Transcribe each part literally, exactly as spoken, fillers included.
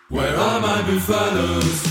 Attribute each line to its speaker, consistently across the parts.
Speaker 1: Where are my buffaloes?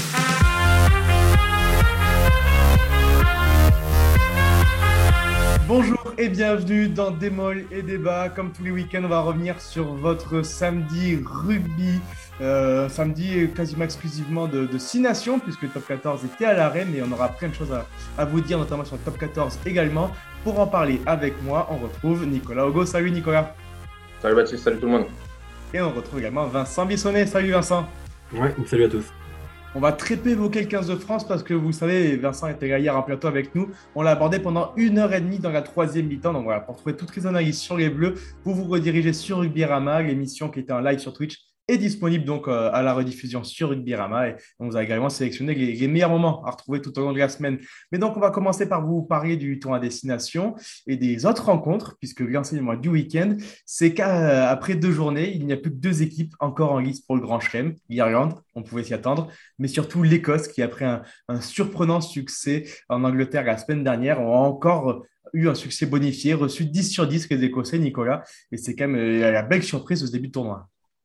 Speaker 2: Bonjour et bienvenue dans Démol et Débat. Comme tous les week-ends, on va revenir sur votre samedi rugby. Euh, samedi quasiment exclusivement de, de six nations, puisque le top quatorze était à l'arrêt, mais on aura plein de choses à, à vous dire, notamment sur le top quatorze également. Pour en parler avec moi, on retrouve Nicolas Ogo. Salut Nicolas.
Speaker 3: Salut Baptiste, salut tout le monde.
Speaker 2: Et on retrouve également Vincent Bissonnet. Salut Vincent.
Speaker 4: Ouais, salut à tous.
Speaker 2: On va très peu évoquer le quinze de France parce que vous savez, Vincent était là hier en plateau avec nous. On l'a abordé pendant une heure et demie dans la troisième mi-temps. Donc voilà, pour trouver toutes les analyses sur les Bleus, vous vous redirigez sur Rugbyrama, l'émission qui était en live sur Twitch est disponible donc euh, à la rediffusion sur Rugbyrama et on vous a également sélectionné les, les meilleurs moments à retrouver tout au long de la semaine. Mais donc on va commencer par vous parler du tour à destination et des autres rencontres puisque l'enseignement du week-end, c'est qu'après deux journées, il n'y a plus que deux équipes encore en lice pour le Grand Chelem. L'Irlande, on pouvait s'y attendre, mais surtout l'Écosse qui après un, un surprenant succès en Angleterre la semaine dernière ont encore eu un succès bonifié, reçu dix sur dix les Écossais, Nicolas, et c'est quand même euh, la belle surprise de ce début de tournoi.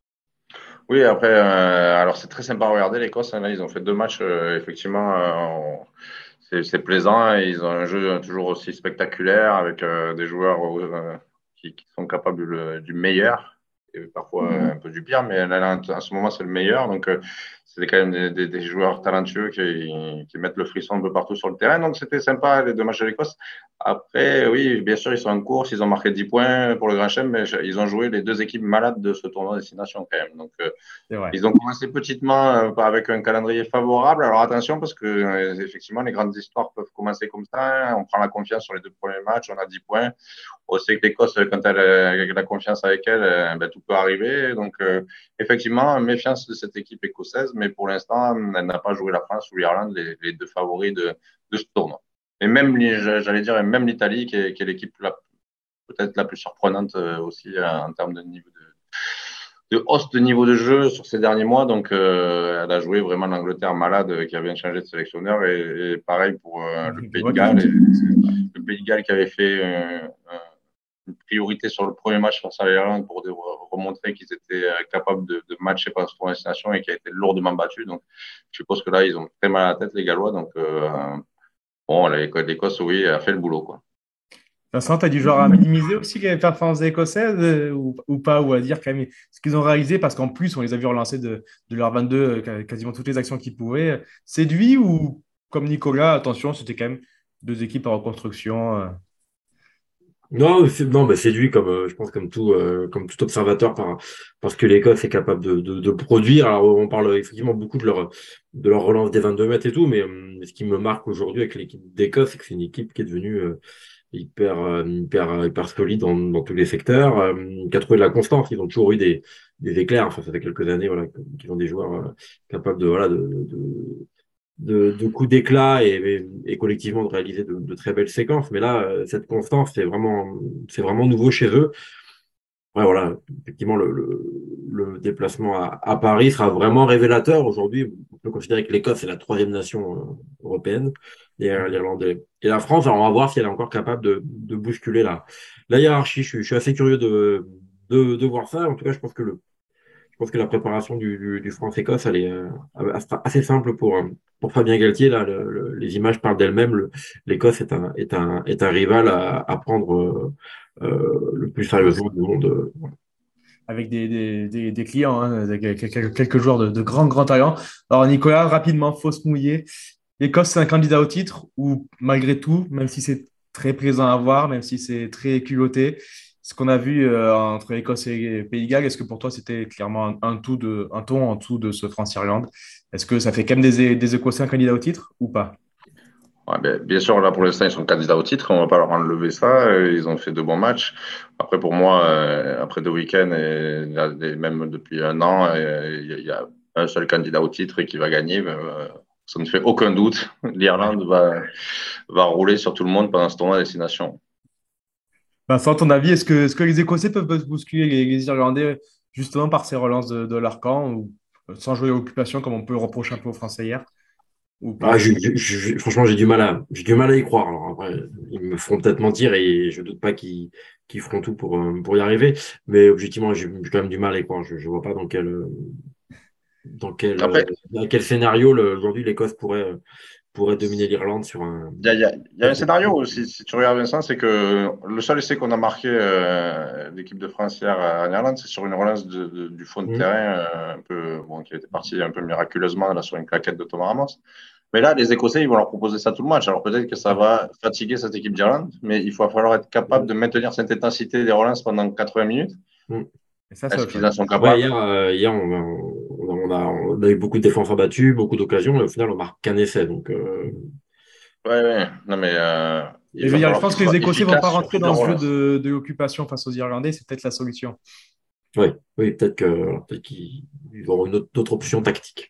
Speaker 3: Oui, après, euh, alors c'est très sympa à regarder l'Écosse. Hein, là, ils ont fait deux matchs, euh, effectivement, euh, on- c'est, c'est plaisant. Hein, ils ont un jeu toujours aussi spectaculaire avec euh, des joueurs euh, qui, qui sont capables le- du meilleur et parfois euh, un peu du pire, mais là, là, en ce moment, c'est le meilleur. Donc, euh, c'est quand même des, des- des joueurs talentueux qui, qui mettent le frisson un peu partout sur le terrain. Donc, c'était sympa les deux matchs de l'Écosse. Après, oui, bien sûr, ils sont en course, ils ont marqué dix points pour le Grand Chelem, mais je- ils ont joué les deux équipes malades de ce tournoi Destination quand même. Donc, euh,
Speaker 2: C'est vrai.
Speaker 3: ils ont commencé petitement euh, avec un calendrier favorable. Alors attention parce que euh, effectivement les grandes histoires peuvent commencer comme ça. Hein. On prend la confiance sur les deux premiers matchs, on a dix points. On sait que l'Écosse, quand elle a la confiance avec elle, euh, ben, tout peut arriver. Donc euh, effectivement, méfiance de cette équipe écossaise, mais pour l'instant, elle n'a pas joué la France ou l'Irlande, les, les deux favoris de, de ce tournoi. Et même, j'allais dire, même l'Italie, qui est, qui est l'équipe la, peut-être la plus surprenante euh, aussi euh, en termes de niveau de de hausse de niveau de jeu sur ces derniers mois. Donc, euh, elle a joué vraiment l'Angleterre malade euh, qui avait changé de sélectionneur. Et, et pareil pour euh, le Pays de Galles. Et, le Pays de Galles qui avait fait euh, une priorité sur le premier match face à l'Irlande pour de, remontrer qu'ils étaient euh, capables de, de matcher par ce tournoi de destination et qui a été lourdement battu. Donc, je suppose que là, ils ont très mal à la tête, les Gallois. Donc, euh, bon, l'Écosse, oui, a fait le boulot, quoi.
Speaker 2: Vincent, tu as du genre à minimiser aussi les performances écossaises euh, ou, ou pas, ou à dire quand même ce qu'ils ont réalisé, parce qu'en plus, on les a vus relancer de, de leur vingt-deux euh, quasiment toutes les actions qu'ils pouvaient. Séduit ou, comme Nicolas, attention, c'était quand même deux équipes en reconstruction. euh.
Speaker 4: Non, c'est, non, bah, séduit comme euh, je pense comme tout euh, comme tout observateur par parce que l'Écosse est capable de, de, de produire. Alors on parle effectivement beaucoup de leur de leur relance des vingt-deux mètres et tout, mais euh, ce qui me marque aujourd'hui avec l'équipe d'Écosse, c'est que c'est une équipe qui est devenue euh, hyper euh, hyper hyper solide dans, dans tous les secteurs, euh, qui a trouvé de la constance. Ils ont toujours eu des des éclairs. Enfin, ça fait quelques années voilà qu'ils ont des joueurs euh, capables de voilà de, de de, de coups d'éclat et, et, et collectivement de réaliser de, de très belles séquences. Mais là, euh, cette constance, c'est vraiment, c'est vraiment nouveau chez eux. Ouais, voilà, effectivement, le, le, le déplacement à, à Paris sera vraiment révélateur. Aujourd'hui, on peut considérer que l'Écosse est la troisième nation euh, européenne, et euh, l'Irlande et et la France. Alors, on va voir si elle est encore capable de, de bousculer la, la hiérarchie. Je suis, je suis assez curieux de, de, de voir ça. En tout cas, je pense que le, je pense que la préparation du, du, du France-Écosse, elle est euh, elle sera assez simple pour, euh, pour Fabien Galtier. Là, le- le- les images parlent d'elles-mêmes. Le- L'Écosse est un, est un, est un rival à, à prendre euh, euh, le plus sérieusement du monde. euh.
Speaker 2: Avec des, des, des, des clients, hein, avec quelques, quelques joueurs de, de grands, grands talents. Alors, Nicolas, rapidement, faut se mouiller. L'Écosse, c'est un candidat au titre ou malgré tout, même si c'est très plaisant à voir, même si c'est très culotté, ce qu'on a vu euh, entre l'Écosse et le Pays de Galles, est-ce que pour toi, c'était clairement un, un, tout de, un ton en dessous de ce France-Irlande? Est-ce que ça fait quand même des, des Écossais un candidat au titre ou pas?
Speaker 3: Ouais, ben, bien sûr, là, pour l'instant, ils sont candidats au titre. On va pas leur enlever ça. Euh, Ils ont fait de bons matchs. Après, pour moi, euh, après deux week-ends, et, là, et même depuis un an, euh, il y, a il y a un seul candidat au titre qui va gagner. Euh, ça ne fait aucun doute.
Speaker 2: Ouais.
Speaker 3: L'Irlande va, va rouler sur tout le monde pendant ce tournoi de destination.
Speaker 2: Vincent, ton avis, est-ce que, est-ce que les Écossais peuvent se bousculer les, les Irlandais justement par ces relances de, de leur camp ou sans jouer à l'occupation comme on peut le reprocher un peu aux Français hier ou
Speaker 4: Ah,
Speaker 2: pas?
Speaker 4: je- je- je- franchement, j'ai du mal à, j'ai du mal à y croire. Alors après, ils me feront peut-être mentir et je doute pas qu'ils qu'ils feront tout pour, euh, pour y arriver. Mais objectivement, j'ai j'ai quand même du mal à y croire. Je, je vois pas dans quel, dans quel, euh,
Speaker 3: Après,
Speaker 4: dans quel scénario le- aujourd'hui l'Écosse pourrait, pourrait dominer l'Irlande sur un.
Speaker 3: il y a, il y a- il y a un scénario aussi, si tu regardes Vincent, c'est que le seul essai qu'on a marqué euh, l'équipe de France hier en Irlande, c'est sur une relance de- de- du fond de
Speaker 4: Mhm.
Speaker 3: terrain euh, un peu, bon, qui était parti un peu miraculeusement là, sur une claquette de Thomas Ramos. Mais là, les Écossais, ils vont leur proposer ça tout le match. Alors peut-être que ça va fatiguer cette équipe d'Irlande, mais il va falloir être capable de maintenir cette intensité des relances pendant quatre-vingts minutes.
Speaker 4: Mhm.
Speaker 2: Et ça, c'est
Speaker 3: Est-ce
Speaker 2: autre
Speaker 3: qu'ils
Speaker 2: chose.
Speaker 3: en sont
Speaker 4: Ouais,
Speaker 3: capables?
Speaker 4: hier, euh, hier on, a, on, a, on a eu beaucoup de défenses abattues, beaucoup d'occasions, et au final, on marque qu'un essai. Donc, euh,
Speaker 3: Ouais, ouais. Non, mais euh,
Speaker 2: Et
Speaker 3: il
Speaker 2: je veux
Speaker 3: va
Speaker 2: dire, je
Speaker 3: falloir
Speaker 2: pense
Speaker 3: qu'ils
Speaker 2: que les
Speaker 3: soient
Speaker 2: Écossais vont pas
Speaker 3: efficaces sur
Speaker 2: rentrer
Speaker 3: toutes les
Speaker 2: dans ce jeu
Speaker 3: relances.
Speaker 2: de, de l'occupation face aux Irlandais, c'est peut-être la solution.
Speaker 4: ouais, oui, peut-être que, peut-être qu'ils ils auront une autre, d'autres options tactiques.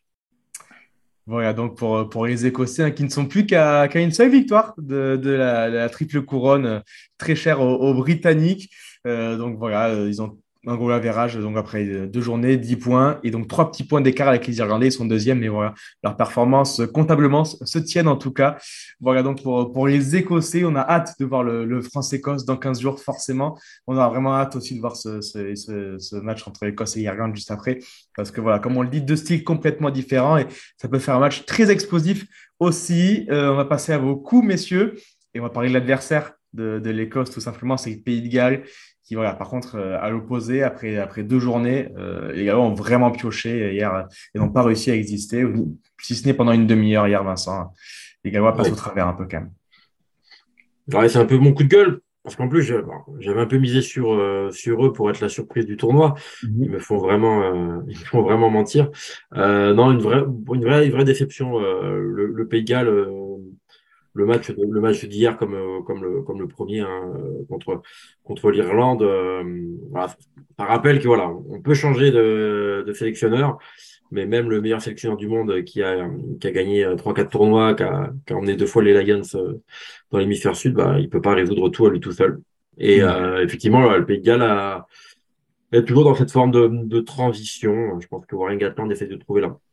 Speaker 2: Voilà, donc pour, pour les Écossais, hein, qui ne sont plus qu'à qu'à une seule victoire de, de la, la triple couronne, euh, très chère aux, aux Britanniques. Euh, donc voilà, euh, ils ont un goal average, donc après euh, deux journées, dix points, et donc trois petits points d'écart avec les Irlandais, ils sont deuxièmes, mais voilà, leurs performances euh, comptablement se se tiennent en tout cas. Voilà, donc pour, pour les Écossais, on a hâte de voir le, le France-Écosse dans quinze jours, forcément. On a vraiment hâte aussi de voir ce, ce, ce, ce match entre l'Écosse et l'Irlande juste après, parce que voilà, comme on le dit, deux styles complètement différents, et ça peut faire un match très explosif aussi. Euh, on va passer à vos coups, messieurs, et on va parler de l'adversaire de, de l'Écosse, tout simplement, c'est le Pays de Galles, qui, voilà, par contre, euh, à l'opposé, après, après deux journées, euh, les Gallois ont vraiment pioché hier euh, et n'ont pas réussi à exister, si ce n'est pendant une demi-heure hier, Vincent. Les Gallois passent au
Speaker 4: Ouais.
Speaker 2: travers un peu quand même.
Speaker 4: Ouais, c'est un peu mon coup de gueule, parce qu'en plus, je- bon, j'avais un peu misé sur, euh, sur eux pour être la surprise du tournoi. Ils me
Speaker 2: Mhm.
Speaker 4: font vraiment, euh, ils me font vraiment mentir. Euh, non, une vraie, une vraie, une vraie déception. Euh, le, le Pays de Galles, euh, le match, de- le match d'hier comme, euh, comme le, comme le premier hein, euh, contre, contre l'Irlande. Euh, voilà, ça rappelle que voilà, on peut changer de, de sélectionneur. Mais même le meilleur sélectionneur du monde qui a, qui a gagné euh, trois, quatre tournois, qui a, qui a emmené deux fois les Lions euh, dans l'hémisphère sud, bah, il peut pas résoudre tout à lui tout seul. Et
Speaker 2: Mhm.
Speaker 4: euh, effectivement, là, le Pays de Galles a, est toujours dans cette forme de, de transition. Je pense que Warren Gatland essaie de trouver la,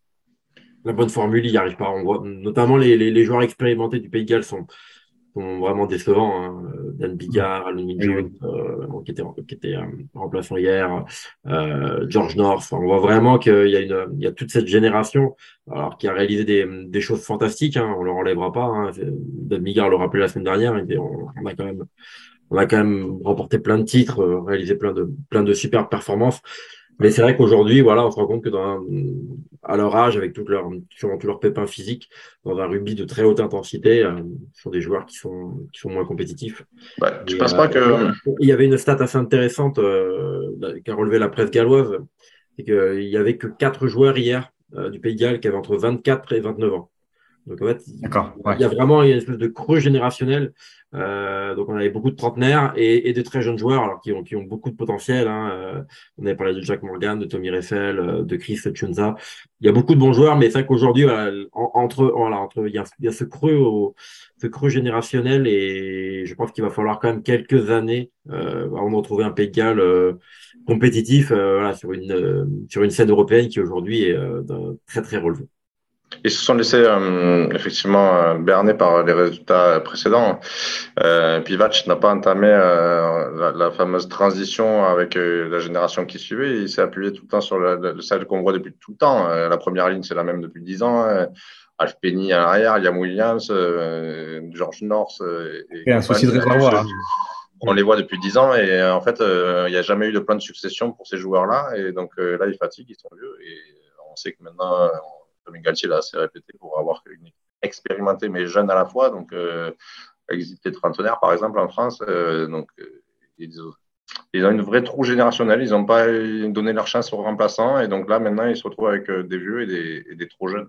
Speaker 4: la bonne formule, il n'y arrive pas. On voit, notamment les, les, les joueurs expérimentés du Pays de Galles sont, sont vraiment décevants. Hein. Dan Biggar, Alun
Speaker 2: Oui,
Speaker 4: Jones,
Speaker 2: oui.
Speaker 4: euh, qui était, qui était euh, remplaçant hier, euh, George North. Enfin, on voit vraiment qu'il y a une, il y a toute cette génération, alors qui a réalisé des, des choses fantastiques. Hein, on leur enlèvera pas. Hein. Dan Biggar le rappelait la semaine dernière. Il était- on, on a quand même, on a quand même remporté plein de titres, euh, réalisé plein de, plein de superbes performances. Mais c'est vrai qu'aujourd'hui, voilà, on se rend compte que dans, un- à leur âge, avec toutes leurs, sûrement tous leurs pépins physiques, dans un rugby de très haute intensité, euh, ce sont des joueurs qui sont, qui sont moins compétitifs.
Speaker 3: Bah, tu
Speaker 4: Et,
Speaker 3: penses
Speaker 4: euh,
Speaker 3: pas que
Speaker 4: il y avait une stat assez intéressante euh, qu'a relevé la presse galloise, c'est qu'il y avait que quatre joueurs hier euh, du Pays de Galles qui avaient entre vingt-quatre et vingt-neuf ans. Donc en fait,
Speaker 2: D'accord,
Speaker 4: il
Speaker 2: ouais.
Speaker 4: y a vraiment une espèce de creux générationnel. Euh, donc on avait beaucoup de trentenaires et, et de très jeunes joueurs alors qui ont, qui ont beaucoup de potentiel. Hein. Euh, on avait parlé de Jack Morgan, de Tommy Reffel, euh, de Chris Chunza. Il y a beaucoup de bons joueurs, mais c'est vrai qu'aujourd'hui, voilà, en- entre, voilà, entre, il y a, il y a ce creux, au, ce creux générationnel et je pense qu'il va falloir quand même quelques années euh, avant de retrouver un Pays de Galles euh, compétitif euh, voilà, sur une, euh, sur une scène européenne qui aujourd'hui est euh, d'un très très relevé.
Speaker 3: ils se sont laissés euh, effectivement euh, berner par les résultats précédents. Euh, Pivac n'a pas entamé euh, la, la fameuse transition avec euh, la génération qui suivait. Il s'est appuyé tout le temps sur la, la- celle qu'on voit depuis tout le temps. Euh, la première ligne, c'est la même depuis dix ans. Euh, Alf Penny à l'arrière, Liam Williams, euh, George North euh, et
Speaker 2: Et un souci de
Speaker 3: compagnie.
Speaker 2: réservoir, hein.
Speaker 3: On les voit depuis dix ans et euh, en fait, euh, il n'y a jamais eu de plan de succession pour ces joueurs-là. Et donc euh, là, ils fatiguent, ils sont vieux. Et on sait que maintenant, euh, Tommy Galtier l'a assez répété pour avoir une équipe expérimentée mais jeune à la fois. Donc, euh, existe les trentenaires, par exemple, en France. Euh, donc, euh, ils, ils ont une vraie trou générationnelle. Ils n'ont pas donné leur chance aux remplaçants. Et donc là, maintenant, ils se retrouvent avec euh, des vieux et des, et des trop jeunes.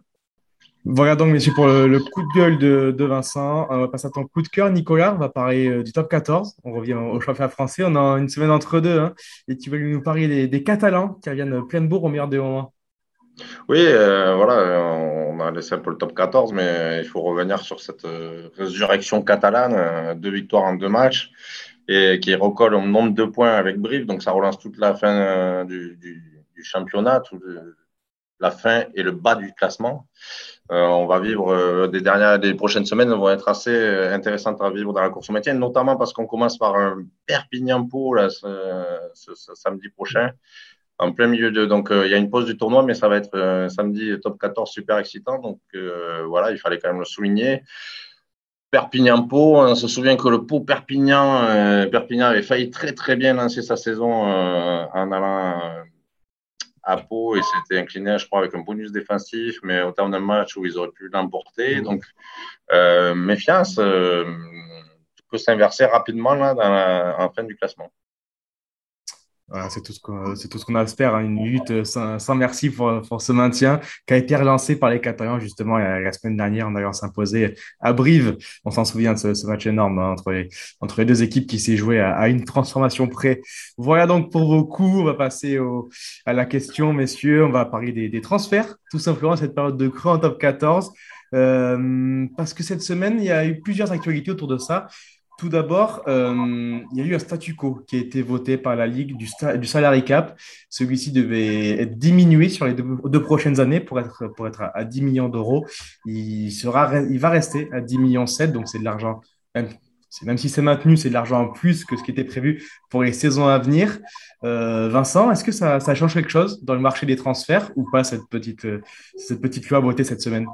Speaker 2: Voilà donc, messieurs, pour le, le coup de gueule de, de Vincent. On va passer à ton coup de cœur, Nicolas. On va parler euh, du top quatorze. On revient au championnat français. On a une semaine entre deux, hein. Et tu vas nous parler des, des Catalans qui reviennent plein de bourre au meilleur des moments.
Speaker 3: Oui, euh, voilà, on a laissé un peu le top quatorze, mais il faut revenir sur cette euh, résurrection catalane, euh, deux victoires en deux matchs, et qui recolle au nombre de points avec Brive, donc ça relance toute la fin euh, du, du, du championnat, tout le- la fin et le bas du classement. Euh, on va vivre euh, des dernières, des prochaines semaines vont être assez euh, intéressantes à vivre dans la course au maintien, notamment parce qu'on commence par un Perpignan-Pau là, ce, ce- ce samedi prochain. en plein milieu de. Donc, euh, il y a une pause du tournoi, mais ça va être euh, samedi top quatorze, super excitant. Donc, euh, voilà, il fallait quand même le souligner. Perpignan-Pau, on se souvient que le Pau-Perpignan, euh, Perpignan avait failli très très bien lancer sa saison euh, en allant euh, à Pau et s'était incliné, je crois, avec un bonus défensif, mais au terme d'un match où ils auraient pu l'emporter. Donc, euh, méfiance euh, peut s'inverser rapidement là, dans la, en fin du classement.
Speaker 2: Voilà, c'est tout ce qu'on, c'est tout ce qu'on a à se faire, hein. Une lutte sans, sans merci pour, pour ce maintien qui a été relancé par les Catalans justement la, la semaine dernière en allant s'imposer à Brive. On s'en souvient de ce, ce match énorme, hein, entre les, entre les deux équipes qui s'est joué à, à une transformation près. Voilà donc pour vos coups. On va passer au, à la question, messieurs. On va parler des, des transferts, tout simplement, cette période de creux en top quatorze. Euh, parce que cette semaine, il y a eu plusieurs actualités autour de ça. Tout d'abord, euh, il y a eu un statu quo qui a été voté par la Ligue du, sta- du salary cap. Celui-ci devait être diminué sur les deux, deux prochaines années pour être, pour être à, à dix millions d'euros. Il sera, il va rester à dix millions sept, donc c'est de l'argent, même, c'est- même si c'est maintenu, c'est de l'argent en plus que ce qui était prévu pour les saisons à venir. Euh, Vincent, est-ce que ça, ça change quelque chose dans le marché des transferts ou pas, cette petite, euh, cette petite loi votée cette semaine?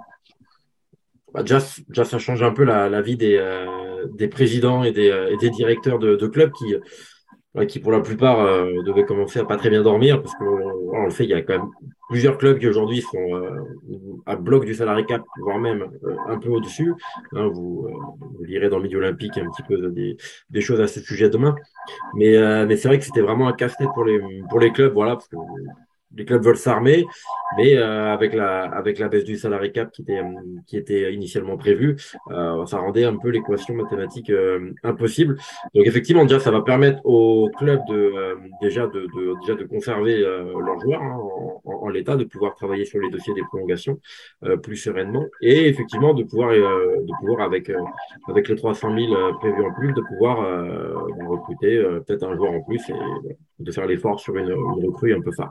Speaker 4: Bah, déjà, c- déjà, ça change un peu la, la vie des, euh, des présidents et des, euh, et des directeurs de, de clubs qui, ouais, qui pour la plupart euh, devaient commencer à pas très bien dormir parce que euh, on le fait, il y a quand même plusieurs clubs qui aujourd'hui sont euh, à bloc du salarié cap, voire même euh, un peu au-dessus. Hein, vous, euh, vous lirez dans le milieu olympique un petit peu des, des choses à ce sujet demain. Mais, euh, mais c'est vrai que c'était vraiment un casse-tête pour les, pour les clubs, voilà, parce que les clubs veulent s'armer, mais euh, avec la, avec la baisse du salarié cap qui était, euh, qui était initialement prévue, euh, ça rendait un peu l'équation mathématique euh, impossible. Donc effectivement, déjà, ça va permettre aux clubs de, euh, déjà, de, de, déjà de conserver euh, leurs joueurs hein, en, en, en l'état, de pouvoir travailler sur les dossiers des prolongations euh, plus sereinement, et effectivement de pouvoir, euh, de pouvoir avec, euh, avec les trois cent mille euh, prévus en plus, de pouvoir euh, recruter euh, peut-être un joueur en plus et euh, de faire l'effort sur une, une recrue un peu phare.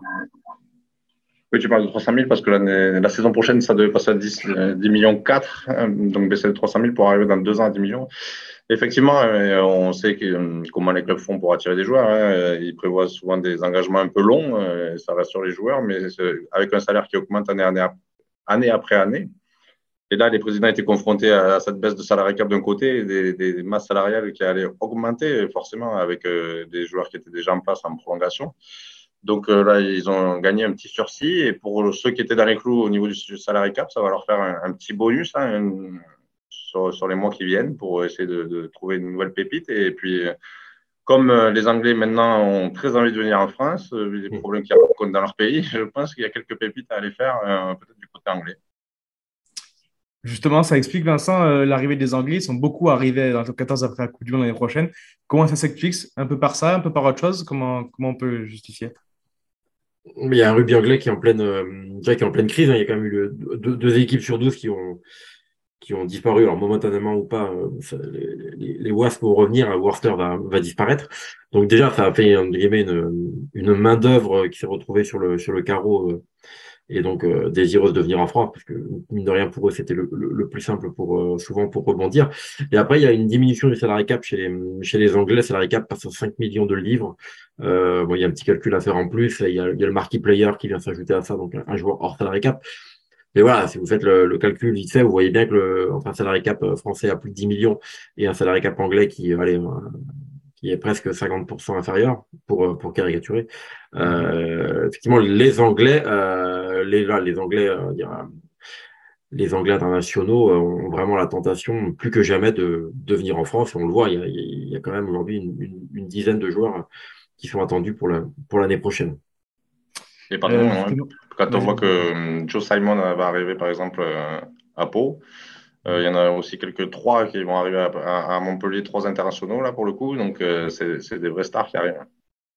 Speaker 3: Oui, tu parles de trois cent mille parce que l'année- la saison prochaine, ça devait passer à dix, euh, dix millions quatre, hein, donc baisser de trois cent mille pour arriver dans deux ans à dix millions. Effectivement, euh, on sait que, euh, comment les clubs font pour attirer des joueurs, hein. Euh, Ils prévoient souvent des engagements un peu longs, euh, ça reste sur les joueurs, mais c'est- avec un salaire qui augmente année, année, année après année. Et là, les présidents étaient confrontés à, à cette baisse de salarié cap d'un côté et des, des masses salariales qui allaient augmenter forcément avec euh, des joueurs qui étaient déjà en place en prolongation. Donc euh, là, ils ont gagné un petit sursis. Et pour ceux qui étaient dans les clous au niveau du salarié cap, ça va leur faire un, un petit bonus hein, un, sur, sur les mois qui viennent pour essayer de, de trouver une nouvelle pépite. Et puis, comme euh, les Anglais maintenant ont très envie de venir en France, euh, vu les problèmes qu'il y a dans leur pays, je pense qu'il y a quelques pépites à aller faire, euh, peut-être du côté anglais.
Speaker 2: Justement, ça explique, Vincent, euh, l'arrivée des Anglais. Ils sont beaucoup arrivés dans le top quatorze après la Coupe du Monde l'année prochaine. Comment ça s'explique? Un peu par ça, un peu par autre chose? Comment, comment on peut justifier?
Speaker 4: Mais il y a un rugby anglais qui est en pleine, euh, déjà qui est en pleine crise. Hein. Il y a quand même eu le- deux, deux équipes sur douze qui ont, qui ont disparu, alors momentanément ou pas. euh, ça- les, les, les Wasps vont revenir, hein, Worcester va, va disparaître. Donc déjà, ça a fait entre guillemets, une, une main-d'œuvre qui s'est retrouvée sur le, sur le carreau euh, et donc euh, désireuse de venir en France, parce que mine de rien pour eux c'était le, le, le plus simple pour euh, souvent pour rebondir. Et après il y a une diminution du salarié cap chez les chez les Anglais. Le salarié cap passe à cinq millions de livres. Euh, bon, il y a un petit calcul à faire en plus. Il y a, il y a le marquee player qui vient s'ajouter à ça, donc un, un joueur hors salarié cap. Mais voilà, si vous faites le, le calcul vite fait, vous voyez bien que le, entre un salarié cap français à plus de dix millions et un salarié cap anglais qui, allez, qui est presque cinquante pour cent inférieur, pour, pour caricaturer. Euh, effectivement, les Anglais, euh, les, là, les Anglais, euh, dire, les Anglais internationaux euh, ont vraiment la tentation, plus que jamais, de, de venir en France. Et on le voit, il y a, il y a quand même aujourd'hui une, une, une dizaine de joueurs qui sont attendus pour la, pour l'année prochaine.
Speaker 3: Et pardon,
Speaker 2: Euh,
Speaker 3: hein,
Speaker 2: justement,
Speaker 3: quand on
Speaker 2: vas-y.
Speaker 3: voit que euh, Joe Simon va arriver, par exemple, euh, à Pau, euh, il y en a aussi quelques trois qui vont arriver à, à- à Montpellier, trois internationaux, là, pour le coup. Donc, euh, c'est c'est des vrais stars qui arrivent.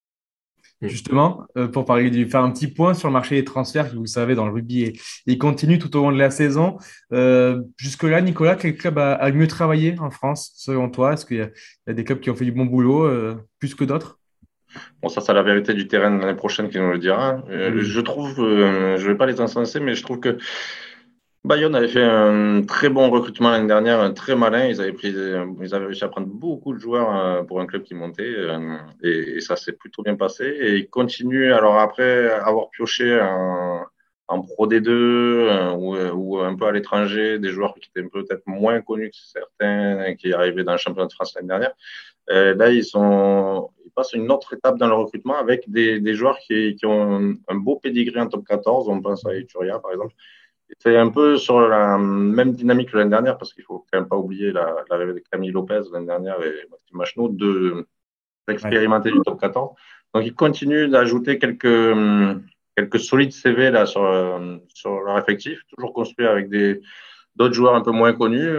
Speaker 2: Justement, euh, pour parler du, faire un petit point sur le marché des transferts, qui, vous le savez, dans le rugby, il, il continue tout au long de la saison. Euh, jusque-là, Nicolas, quel club a, a le mieux travaillé en France, selon toi? Est-ce qu'il y a, il y a des clubs qui ont fait du bon boulot, euh, plus que d'autres?
Speaker 3: Bon, ça, c'est la vérité du terrain l'année prochaine qui nous le dira. Euh,
Speaker 2: Oui.
Speaker 3: je trouve, euh, je vais pas les incenser, mais je trouve que Bayonne avait fait un très bon recrutement l'année dernière, un très malin. Ils avaient pris, ils avaient réussi à prendre beaucoup de joueurs euh, pour un club qui montait euh, et, et ça s'est plutôt bien passé. Et ils continuent, alors après avoir pioché en, en Pro D deux euh, ou, ou un peu à l'étranger, des joueurs qui étaient peut-être moins connus que certains qui arrivaient dans le championnat de France l'année dernière. Euh, là, ils, sont, ils passent une autre étape dans le recrutement avec des, des joueurs qui, qui ont un, un beau pédigré en top quatorze. On pense à Ituria, par exemple. C'est un peu sur la même dynamique que l'année dernière, parce qu'il faut quand même pas oublier la, l'arrivée de Camille Lopez l'année dernière et Maxime Machenaud, deux expérimentés ouais. du top quatorze. Donc, ils continuent d'ajouter quelques, quelques solides C V là, sur, sur leur effectif, toujours construit avec des, d'autres joueurs un peu moins connus.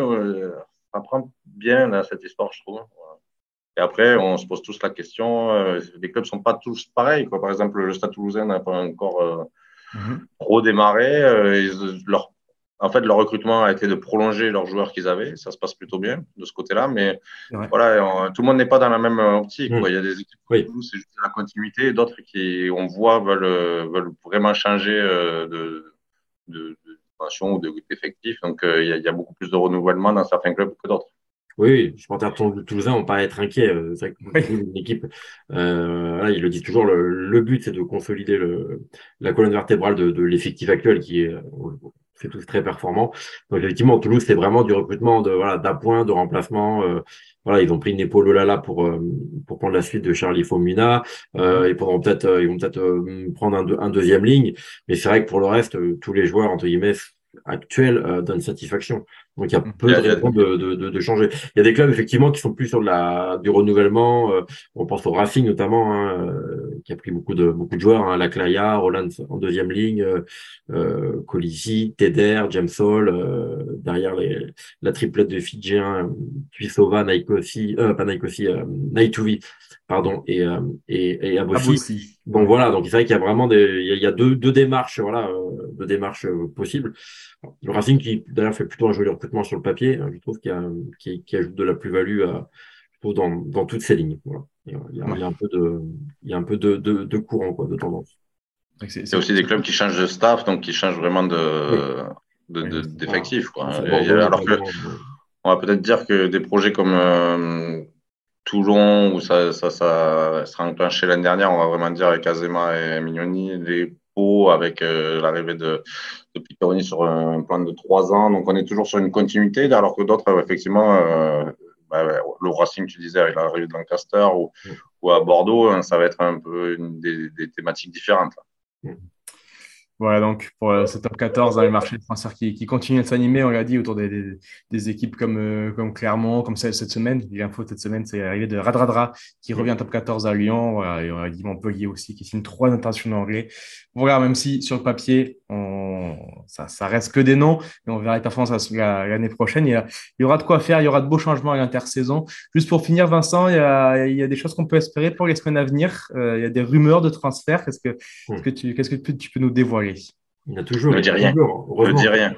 Speaker 3: Ça prend bien là, cette histoire, je trouve. Et après, on se pose tous la question, euh, les clubs sont pas tous pareils, quoi. Par exemple, le Stade Toulousain n'a pas encore euh, mm-hmm. trop démarré. Euh, ils, leur, en fait, leur recrutement a été de prolonger leurs joueurs qu'ils avaient. Ça se passe plutôt bien de ce côté-là, mais ouais. voilà, on, tout le monde n'est pas dans la même optique, mmh. quoi. Il y a des équipes oui. où c'est juste la continuité, et d'autres qui, on voit, veulent, veulent vraiment changer euh, de, de, de dimension ou de, d'effectif. Donc, euh, il, y a, il y a beaucoup plus de renouvellement dans certains clubs que d'autres.
Speaker 4: Oui, je pense que Toulousain, on paraît être inquiet. C'est vrai que une équipe, euh, voilà, ils le disent toujours, le, le but, c'est de consolider le, la colonne vertébrale de, de l'effectif actuel qui est, c'est tous très performant. Donc, effectivement, Toulouse, c'est vraiment du recrutement de, voilà, d'appoint, de remplacement. Euh, voilà, ils ont pris Nepo Lolala pour, euh, pour prendre la suite de Charlie Fomina. Euh, ils pourront peut-être, euh, ils vont peut-être euh, prendre un, un deuxième ligne. Mais c'est vrai que pour le reste, euh, tous les joueurs, entre guillemets, actuels, euh, donnent satisfaction. Donc, il y a peu de raisons de, de, de, de changer. Il y a des clubs, effectivement, qui sont plus sur de la, du renouvellement. Euh, on pense au Racing, notamment, hein, euh, qui a pris beaucoup de, beaucoup de joueurs, hein, Laclaya, Roland en deuxième ligne, euh, euh, Colisi, Teder, James Hall, euh, derrière les, la triplette de Fidjiens, Tuisova, Naikosi, euh, pas Naikosi, euh, Naituvi, pardon, et, euh, et, et Abossi. Abossi. Bon, voilà. Donc, c'est vrai qu'il y a vraiment des, il y a, il y a deux, deux démarches, voilà, euh, deux démarches euh, possibles. Le Racing qui d'ailleurs fait plutôt un joli recrutement sur le papier, je trouve qu'il y a, qui, qui ajoute de la plus-value à, je trouve, dans, dans toutes ces lignes. Voilà. Il, y a, il, y a, il y a un peu de, il y a un peu de, de, de courant, quoi, de tendance.
Speaker 3: C'est, c'est aussi des clubs qui changent de staff, donc qui changent vraiment de, oui. de, de, d'effectifs, quoi. Bordeaux, alors que, on va peut-être dire que des projets comme euh, Toulon, où ça, ça, ça sera enclenché l'année dernière, on va vraiment dire avec Azema et Mignoni, les avec euh, l'arrivée de, de Piccaroni sur un plan de trois ans. Donc, on est toujours sur une continuité, alors que d'autres, euh, effectivement, euh, bah, le Racing, tu disais, avec l'arrivée de Lancaster ou, mmh. ou à Bordeaux, hein, ça va être un peu une, des, des thématiques différentes. Là.
Speaker 2: Mmh. Voilà, donc pour euh, ce top quatorze, dans les marchés de transferts qui, qui continuent de s'animer, on l'a dit, autour des, des, des équipes comme, euh, comme Clermont, comme celle cette semaine. L'info cette semaine, c'est l'arrivée de Radradra qui revient top quatorze à Lyon. Voilà, et on a dit Montpellier aussi qui signe trois internationaux anglais. Voilà, même si sur le papier, on, ça, ça reste que des noms, et on verra les performances l'année prochaine. Il y, a, il y aura de quoi faire, il y aura de beaux changements à l'intersaison. Juste pour finir, Vincent, il y a, il y a des choses qu'on peut espérer pour les semaines à venir. Euh, il y a des rumeurs de transfert. Qu'est-ce que, mmh. qu'est-ce que, tu, qu'est-ce que tu, tu peux nous dévoiler?
Speaker 4: Il y a toujours.
Speaker 3: Ne dis rien. Ne dis rien.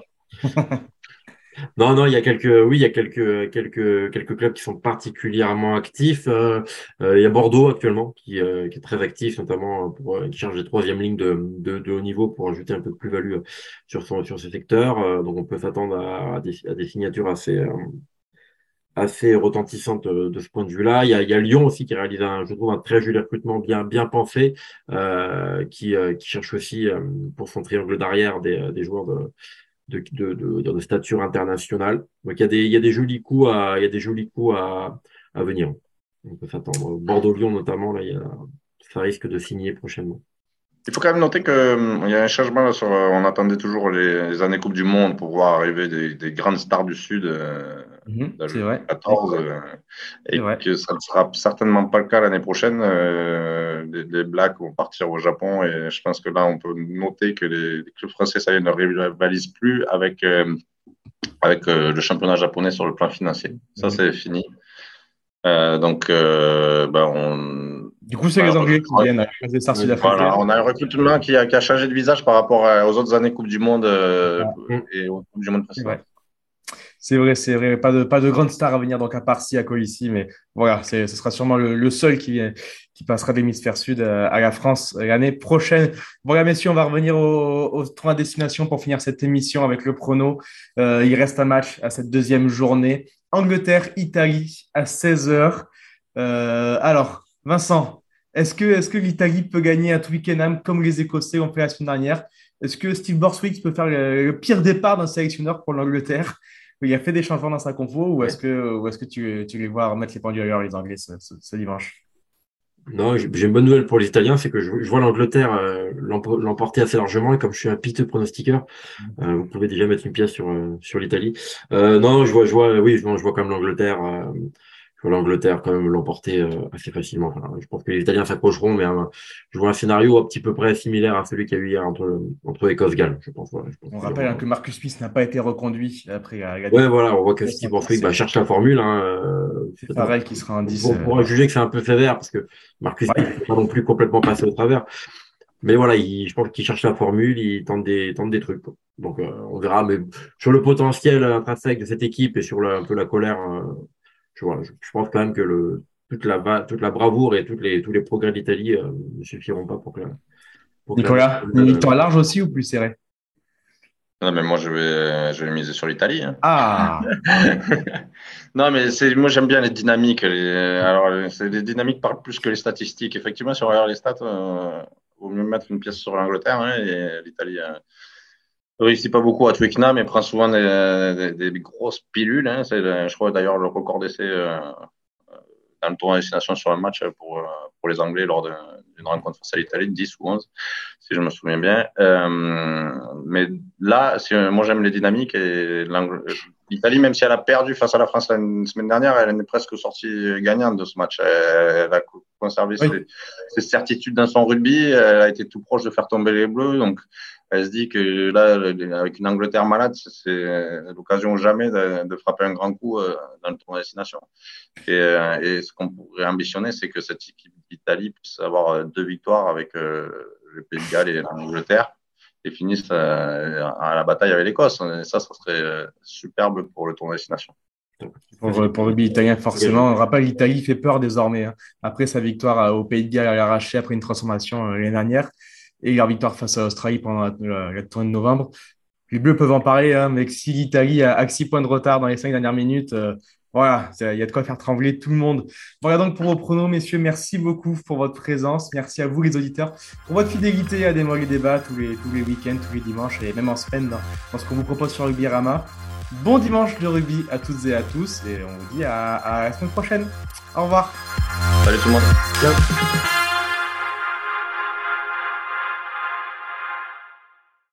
Speaker 4: Non, non, il y a quelques, oui, il y a quelques, quelques, quelques clubs qui sont particulièrement actifs. Euh, euh, il y a Bordeaux actuellement qui, euh, qui est très actif, notamment pour, qui cherche des troisième lignes de, de, de haut niveau pour ajouter un peu de plus-value sur son, sur ce secteur. Euh, donc, on peut s'attendre à, à, des, à des signatures assez, euh, assez retentissantes de, de ce point de vue-là. Il y a, il y a Lyon aussi qui réalise un, je trouve, un très joli recrutement bien, bien pensé, euh, qui, euh, qui cherche aussi euh, pour son triangle d'arrière des, des joueurs de De, de, de, de stature internationale. Donc, il y a des, il y a des jolis coups à, il y a des jolis coups à, à venir. On peut s'attendre. Bordeaux-Lyon, notamment, là, il y a, ça risque de signer prochainement.
Speaker 3: Il faut quand même noter qu'il y a un changement là sur, on attendait toujours les, les années Coupe du Monde pour voir arriver des, des grandes stars du Sud, euh,
Speaker 2: mmh, c'est vrai.
Speaker 3: quatorze, euh, et vrai. Que ça ne sera certainement pas le cas l'année prochaine. Euh, les, les Blacks vont partir au Japon et je pense que là, on peut noter que les, les clubs français, ça y est, ne rivalisent plus avec, euh, avec euh, le championnat japonais sur le plan financier. Ça, mmh. c'est fini. Euh, donc, euh, ben, on.
Speaker 2: Du coup, c'est bah, les Anglais qui viennent à des stars sud-africaines.
Speaker 3: Voilà, on a un recrutement qui a, qui a changé de visage par rapport aux autres années Coupe du Monde euh, ah. et aux Coupes du Monde précédentes.
Speaker 2: C'est vrai, c'est vrai. Pas de, pas de grande star à venir, donc à part Sia Colissi, mais voilà, c'est, ce sera sûrement le, le seul qui, qui passera de l'hémisphère sud à, à la France l'année prochaine. Voilà, messieurs, on va revenir au, au tournoi destination pour finir cette émission avec le prono. Euh, il reste un match à cette deuxième journée. Angleterre-Italie à seize heures. Euh, alors, Vincent, est-ce que, est-ce que l'Italie peut gagner à Twickenham comme les Écossais ont fait la semaine dernière? Est-ce que Steve Borthwick peut faire le, le pire départ d'un sélectionneur pour l'Angleterre? Il a fait des changements dans sa compo ou est-ce que, ou est-ce que tu, tu les vois remettre les pendules ailleurs, les Anglais, ce, ce, ce dimanche?
Speaker 4: Non, j'ai j'ai une bonne nouvelle pour les Italiens, c'est que je, je vois l'Angleterre euh, l'empo- l'emporter assez largement et comme je suis un piteux pronostiqueur, euh, vous pouvez déjà mettre une pièce sur euh, sur l'Italie. Euh, non, je vois, je vois, oui, je vois, je vois quand même l'Angleterre, euh, je vois l'Angleterre quand même l'emporter euh, assez facilement. Enfin, je pense que les Italiens s'accrocheront, mais euh, je vois un scénario un petit peu près similaire à celui qu'il y a eu hier entre entre Écosse-Galles. Je pense, voilà, je pense
Speaker 2: On
Speaker 4: qu'il y
Speaker 2: rappelle hein,
Speaker 4: aura-
Speaker 2: que Marcus Smith n'a pas été reconduit après la, la
Speaker 4: Ouais,
Speaker 2: défaite.
Speaker 4: voilà, on voit que Steve Borthwick bah, cherche la formule. Hein, euh,
Speaker 2: C'est
Speaker 4: peut-être un-
Speaker 2: Farrell qui sera un dix.
Speaker 4: on pourra
Speaker 2: Euh,
Speaker 4: juger que c'est un peu sévère parce que Marcus Smith
Speaker 2: ouais.
Speaker 4: n'est pas non plus complètement passé au travers. Mais voilà, il, je pense qu'il cherche la formule, il tente des, tente des trucs, quoi. Donc, euh, on verra. Mais sur le potentiel intrinsèque de cette équipe et sur la, un peu la colère, euh, je, voilà, je, je pense quand même que le, toute la, va- toute la bravoure et toutes les, tous les progrès d'Italie euh, ne suffiront pas pour que la, pour que la
Speaker 2: Nicolas, une
Speaker 4: euh,
Speaker 2: victoire large aussi ou plus serrée?
Speaker 3: Non, mais moi, je vais, je vais miser sur l'Italie. Hein.
Speaker 2: Ah, ah.
Speaker 3: Non, mais c'est, moi, j'aime bien les dynamiques. Les, alors, c'est, les dynamiques parlent plus que les statistiques. Effectivement, si on regarde les stats, euh, vaut mieux mettre une pièce sur l'Angleterre. Hein, et l'Italie euh, réussit pas beaucoup à Twickenham mais prend souvent des, des, des grosses pilules. Hein. C'est, je crois d'ailleurs le record d'essai euh, dans le tournoi destination sur un match pour, euh, pour les Anglais lors de, d'une rencontre face à l'Italie, dix ou onze, si je me souviens bien. Euh, mais là, si, moi j'aime les dynamiques et l'Italie, même si elle a perdu face à la France la semaine dernière, elle est presque sortie gagnante de ce match. Elle, elle a conservé
Speaker 2: Oui.
Speaker 3: ses, ses certitudes dans son rugby, elle a été tout proche de faire tomber les Bleus, donc elle se dit que là, avec une Angleterre malade, c'est l'occasion jamais de, de frapper un grand coup dans le tournoi destination. Et, et ce qu'on pourrait ambitionner, c'est que cette équipe d'Italie puisse avoir deux victoires avec euh, le Pays de Galles et l'Angleterre et finisse euh, à la bataille avec l'Écosse. Et ça, ça serait superbe pour le tournoi destination.
Speaker 2: Pour, pour le rugby italien, forcément. On rappelle, l'Italie fait peur désormais. Hein. Après sa victoire au Pays de Galles, elle a arraché après une transformation euh, l'année dernière et leur victoire face à l'Australie pendant la, la, la tournée de novembre. Les Bleus peuvent en parler, hein, mais si l'Italie a, a six points de retard dans les cinq dernières minutes, euh, voilà, il y a de quoi faire trembler tout le monde. Voilà donc pour vos pronos, messieurs. Merci beaucoup pour votre présence. Merci à vous, les auditeurs, pour votre fidélité à Des Mots et Débats tous les, tous les week-ends, tous les dimanches et même en semaine dans, dans ce qu'on vous propose sur Rugby Rama. Bon dimanche de rugby à toutes et à tous et on vous dit à, à la semaine prochaine. Au revoir.
Speaker 3: Salut tout le monde.
Speaker 4: Ciao.